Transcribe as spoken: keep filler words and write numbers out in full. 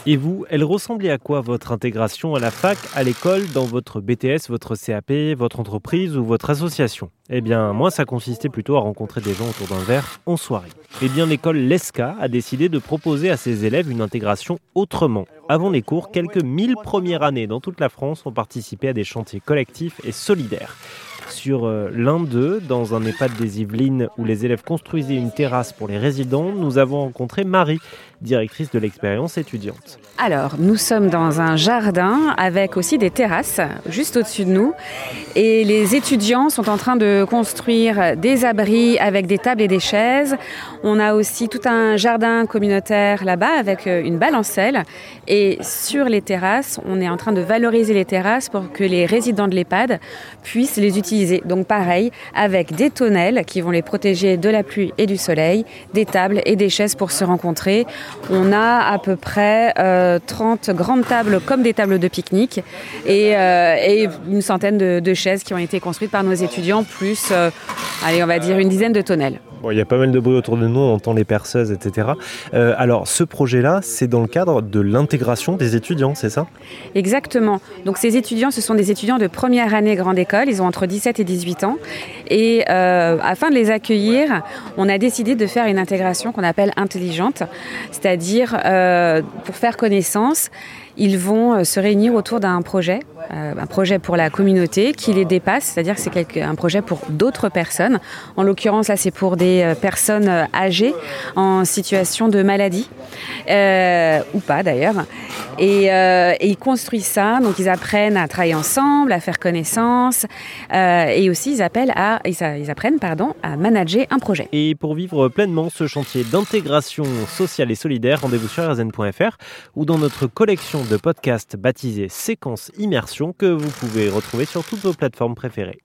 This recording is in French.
Et vous, elle ressemblait à quoi votre intégration à la fac, à l'école, dans votre B T S, votre C A P, votre entreprise ou votre association ? Eh bien, moi, ça consistait plutôt à rencontrer des gens autour d'un verre en soirée. Eh bien, l'école Lesca a décidé de proposer à ses élèves une intégration autrement. Avant les cours, quelques mille premières années dans toute la France ont participé à des chantiers collectifs et solidaires. Sur euh, l'un d'eux, dans un EHPAD des Yvelines où les élèves construisaient une terrasse pour les résidents, nous avons rencontré Marie, directrice de l'expérience étudiante. Alors, nous sommes dans un jardin avec aussi des terrasses juste au-dessus de nous. Et les étudiants sont en train de construire des abris avec des tables et des chaises. On a aussi tout un jardin communautaire là-bas avec une balancelle. Et sur les terrasses, on est en train de valoriser les terrasses pour que les résidents de l'EHPAD puissent les utiliser. Donc pareil, avec des tonnelles qui vont les protéger de la pluie et du soleil, des tables et des chaises pour se rencontrer. On a à peu près euh, trente grandes tables comme des tables de pique-nique et, euh, et une centaine de, de chaises qui ont été construites par nos étudiants, plus, euh, allez, on va dire une dizaine de tonnelles. Bon, il y a pas mal de bruit autour de nous, on entend les perceuses, et cetera. Euh, alors, ce projet-là, c'est dans le cadre de l'intégration des étudiants, c'est ça ? Exactement. Donc, ces étudiants, ce sont des étudiants de première année grande école. Ils ont entre dix-sept et dix-huit ans. Et euh, afin de les accueillir, on a décidé de faire une intégration qu'on appelle intelligente. C'est-à-dire, euh, pour faire connaissance, ils vont se réunir autour d'un projet, euh, un projet pour la communauté qui les dépasse, c'est-à-dire que c'est quelque, un projet pour d'autres personnes. En l'occurrence, là, c'est pour des personnes âgées en situation de maladie, euh, ou pas d'ailleurs. Et, euh, et ils construisent ça, donc ils apprennent à travailler ensemble, à faire connaissance, euh, et aussi ils, appellent à, ils, ils apprennent pardon, à manager un projet. Et pour vivre pleinement ce chantier d'intégration sociale et solidaire, rendez-vous sur r z n point f r ou dans notre collection de podcasts baptisée Séquence Immersion que vous pouvez retrouver sur toutes vos plateformes préférées.